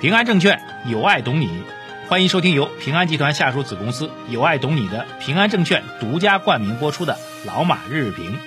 平安证券有爱懂你，欢迎收听由平安集团下属子公司有爱懂你的平安证券独家冠名播出的老马日评。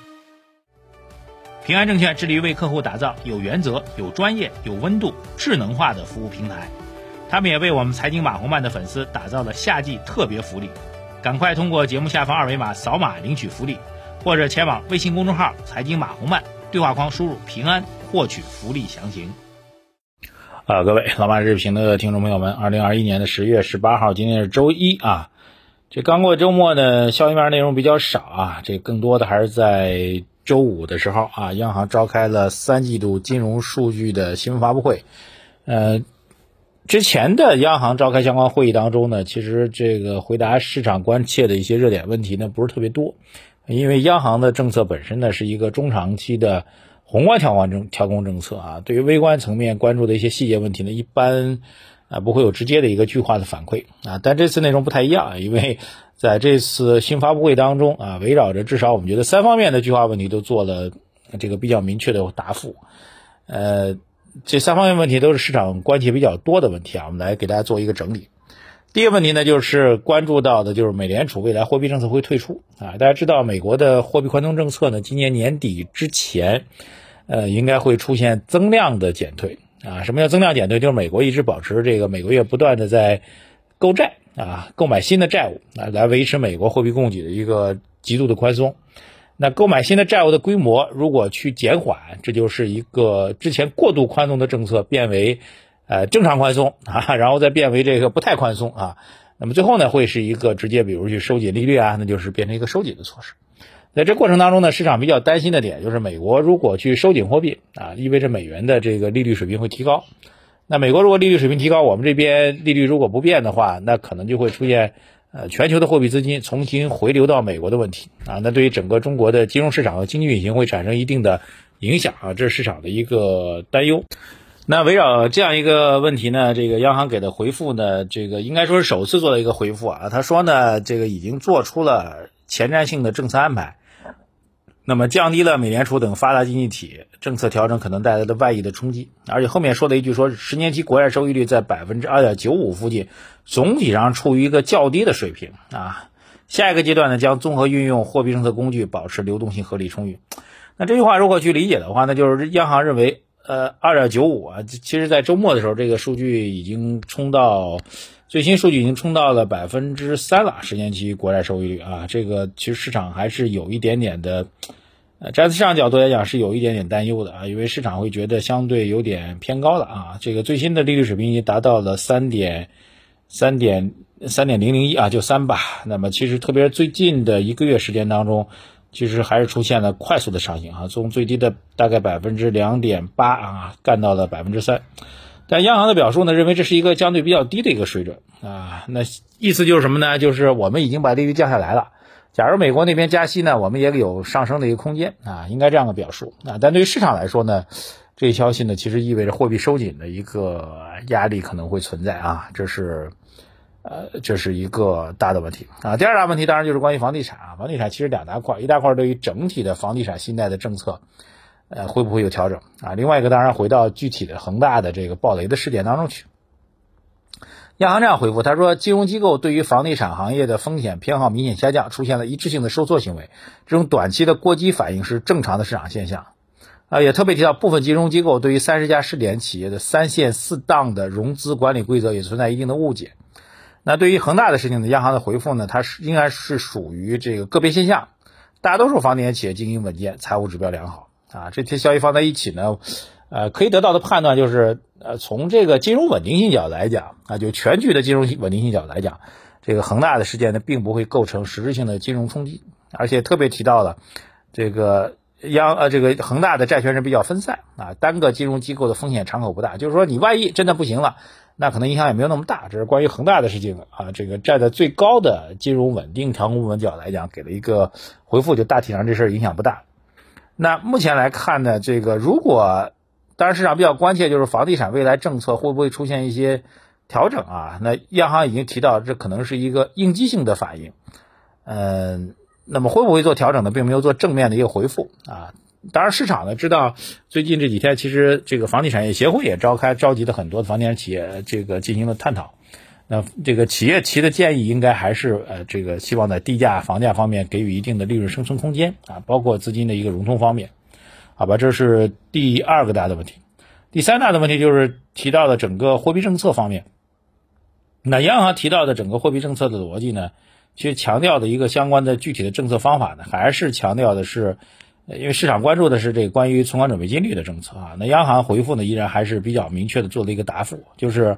平安证券致力于为客户打造有原则、有专业、有温度、智能化的服务平台。他们也为我们财经马红漫的粉丝打造了夏季特别福利，赶快通过节目下方二维码扫码领取福利，或者前往微信公众号财经马红漫对话框输入平安获取福利详情。各位老马日评的听众朋友们，2021年的10月18号，今天是周一啊。这刚过周末呢，消息面内容比较少啊，这更多的还是在周五的时候啊，央行召开了3季度金融数据的新闻发布会。之前的央行召开相关会议当中呢，其实这个回答市场关切的一些热点问题呢不是特别多，因为央行的政策本身呢是一个中长期的宏观调控政策啊，对于微观层面关注的一些细节问题呢，一般不会有直接的一个具化的反馈啊。但这次内容不太一样，因为在这次新发布会当中啊，围绕着至少我们觉得3方面的具化问题都做了这个比较明确的答复。这3方面问题都是市场关切比较多的问题啊，我们来给大家做一个整理。第一个问题呢，就是关注到的就是美联储未来货币政策会退出啊。大家知道美国的货币宽松政策呢，今年年底之前应该会出现增量的减退啊。什么叫增量减退？就是美国一直保持这个每个月不断的在购债啊，购买新的债务啊，来维持美国货币供给的一个极度的宽松。那购买新的债务的规模如果去减缓，这就是一个之前过度宽松的政策变为正常宽松啊，然后再变为这个不太宽松啊，那么最后呢会是一个直接比如去收紧利率啊，那就是变成一个收紧的措施。在这过程当中呢，市场比较担心的点就是美国如果去收紧货币啊，意味着美元的这个利率水平会提高。那美国如果利率水平提高，我们这边利率如果不变的话，那可能就会出现全球的货币资金重新回流到美国的问题啊，那对于整个中国的金融市场和经济运行会产生一定的影响啊，这是市场的一个担忧。那围绕这样一个问题呢，这个央行给的回复呢，这个应该说是首次做的一个回复啊。他说呢，这个已经做出了前瞻性的政策安排，那么降低了美联储等发达经济体政策调整可能带来的外溢的冲击。而且后面说了一句说10年期国债收益率在 2.95% 附近，总体上处于一个较低的水平啊。下一个阶段呢，将综合运用货币政策工具，保持流动性合理充裕。那这句话如何去理解的话，那就是央行认为2.95啊，其实在周末的时候这个数据已经冲到最新数据已经冲到了 3% 了，10年期国债收益率啊，这个其实市场还是有一点点的站在市场角度来讲是有一点点担忧的啊，因为市场会觉得相对有点偏高了啊。这个最新的利率水平已经达到了3.001啊，就3吧。那么其实特别是最近的1个月时间当中，其实还是出现了快速的上行啊，从最低的大概 2.8% 啊干到了 3%。但央行的表述呢，认为这是一个相对比较低的一个水准啊。那意思就是什么呢？就是我们已经把利率降下来了。假如美国那边加息呢，我们也有上升的一个空间啊，应该这样的表述啊。但对于市场来说呢，这一消息呢，其实意味着货币收紧的一个压力可能会存在啊，这是一个大的问题啊。第二大问题当然就是关于房地产啊，房地产其实2大块，一大块对于整体的房地产信贷的政策会不会有调整啊？另外一个当然回到具体的恒大的这个暴雷的事件当中去。央行这样回复，他说金融机构对于房地产行业的风险偏好明显下降，出现了一致性的收缩行为，这种短期的过激反应是正常的市场现象也特别提到部分金融机构对于30家试点企业的3线4档的融资管理规则也存在一定的误解。那对于恒大的事情呢，央行的回复呢，它应该是属于这个个别现象，大多数房地产企业经营稳健，财务指标良好啊。这些消息放在一起呢，可以得到的判断就是从这个金融稳定性角度来讲啊，就全局的金融稳定性角度来讲，这个恒大的事件呢并不会构成实质性的金融冲击，而且特别提到了这个这个恒大的债权人比较分散啊，单个金融机构的风险敞口不大，就是说你万一真的不行了，那可能影响也没有那么大。这是关于恒大的事情啊，这个站在最高的金融稳定调控部门角度来讲，给了一个回复，就大体上这事影响不大。那目前来看呢，这个如果当然市场比较关切就是房地产未来政策会不会出现一些调整啊？那央行已经提到这可能是一个应激性的反应，那么会不会做调整呢？并没有做正面的一个回复啊。 当然市场呢知道最近这几天其实这个房地产业协会也召集了很多的房地产企业这个进行了探讨。那这个企业提的建议应该还是这个希望在地价房价方面给予一定的利润生存空间啊，包括资金的一个融通方面。好吧，这是第二个大的问题。第三大的问题就是提到的整个货币政策方面。那央行提到的整个货币政策的逻辑呢，其实强调的一个相关的具体的政策方法呢，还是强调的是因为市场关注的是这个关于存款准备金率的政策啊。那央行回复呢依然还是比较明确的做了一个答复，就是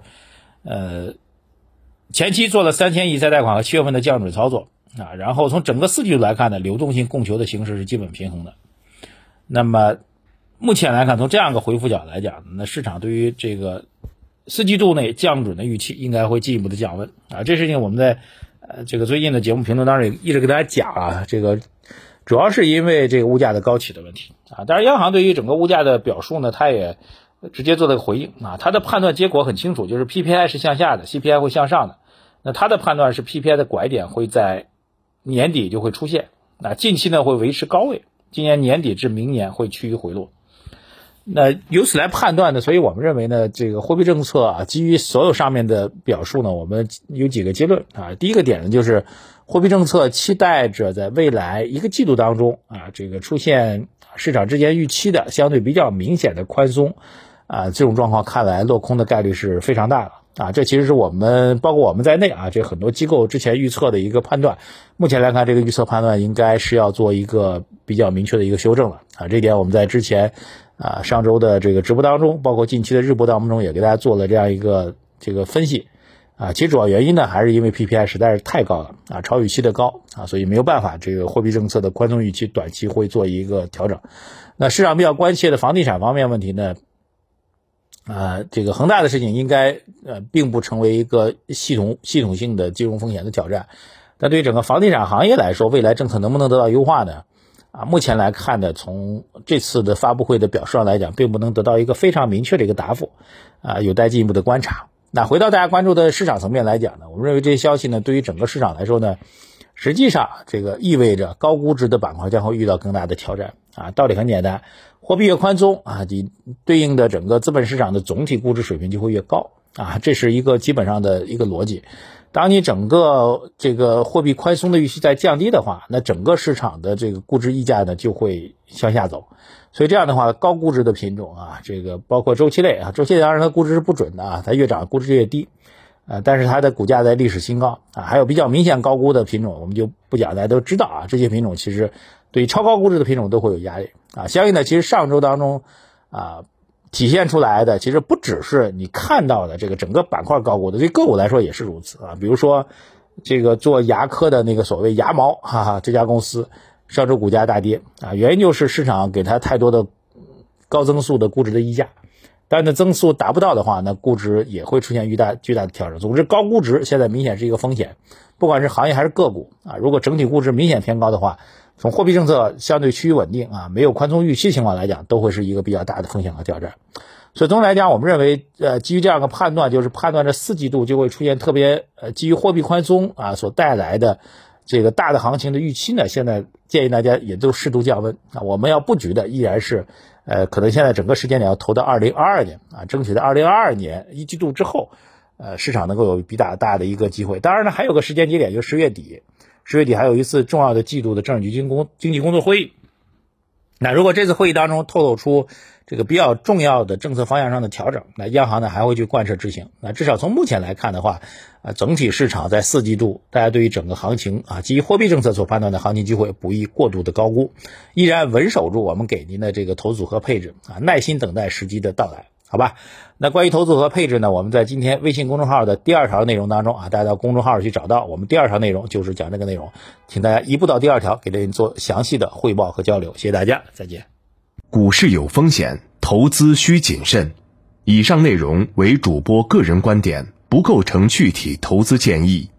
前期做了3000亿再贷款和7月份的降准操作啊，然后从整个4季度来看呢，流动性供求的形势是基本平衡的。那么目前来看，从这样一个回复角度来讲，那市场对于这个4季度内降准的预期应该会进一步的降温啊。这事情我们在这个最近的节目评论当中也一直给大家讲啊，这个主要是因为这个物价的高企的问题啊。当然央行对于整个物价的表述呢，它也直接做了个回应啊，它的判断结果很清楚，就是 PPI 是向下的， CPI 会向上的。那它的判断是 PPI 的拐点会在年底就会出现，那近期呢会维持高位，今年年底至明年会趋于回落。那由此来判断呢，所以我们认为呢，这个货币政策啊，基于所有上面的表述呢，我们有几个结论啊。第一个点呢，就是货币政策期待着在未来一个季度当中啊，这个出现市场之前预期的相对比较明显的宽松啊，这种状况看来落空的概率是非常大的啊。这其实是我们包括我们在内啊，这很多机构之前预测的一个判断。目前来看，这个预测判断应该是要做一个比较明确的一个修正了啊。这点我们在之前上周的这个直播当中，包括近期的日播当中也给大家做了这样一个这个分析啊。其实主要原因呢，还是因为 PPI 实在是太高了啊，超预期的高啊，所以没有办法，这个货币政策的宽松预期短期会做一个调整。那市场比较关切的房地产方面问题呢，这个恒大的事情应该并不成为一个系统性的金融风险的挑战。但对于整个房地产行业来说，未来政策能不能得到优化呢？目前来看呢，从这次的发布会的表述上来讲，并不能得到一个非常明确的一个答复有待进一步的观察。那回到大家关注的市场层面来讲呢，我们认为这些消息呢，对于整个市场来说呢，实际上这个意味着高估值的板块将会遇到更大的挑战啊。道理很简单，货币越宽松啊，对应的整个资本市场的总体估值水平就会越高啊，这是一个基本上的一个逻辑。当你整个这个货币宽松的预期在降低的话，那整个市场的这个估值溢价呢就会向下走。所以这样的话，高估值的品种啊，这个包括周期类啊，周期类当然它估值是不准的啊，它越涨估值越低，但是它的股价在历史新高啊。还有比较明显高估的品种，我们就不讲，大家都知道啊，这些品种其实对于超高估值的品种都会有压力啊。相应的，其实上周当中体现出来的其实不只是你看到的这个整个板块高估的，对个股来说也是如此啊。比如说这个做牙科的那个所谓牙毛这家公司上周股价大跌啊，原因就是市场给它太多的高增速的估值的溢价，但是增速达不到的话，那估值也会出现巨大的调整。总之高估值现在明显是一个风险，不管是行业还是个股啊，如果整体估值明显偏高的话，从货币政策相对趋于稳定啊，没有宽松预期情况来讲，都会是一个比较大的风险和挑战。所以总体来讲，我们认为基于这样一个判断，就是判断这4季度就会出现特别基于货币宽松所带来的这个大的行情的预期呢，现在建议大家也都适度降温啊。我们要布局的依然是可能现在整个时间点要投到2022年啊，争取在2022年1季度之后市场能够有比较大的一个机会。当然呢，还有个时间节点就是10月底还有一次重要的季度的政治局经济工作会议。那如果这次会议当中透露出这个比较重要的政策方向上的调整，那央行呢还会去贯彻执行。那至少从目前来看的话整体市场在4季度大家对于整个行情基于货币政策所判断的行情机会不宜过度的高估，依然稳守住我们给您的这个投资组合配置耐心等待时机的到来，好吧？那关于投资组合配置呢，我们在今天微信公众号的第2条内容当中大家到公众号去找到我们第2条内容，就是讲这个内容，请大家移步到第2条给您做详细的汇报和交流。谢谢大家，再见。 股市有风险，投资需谨慎。以上内容为主播个人观点，不构成具体投资建议。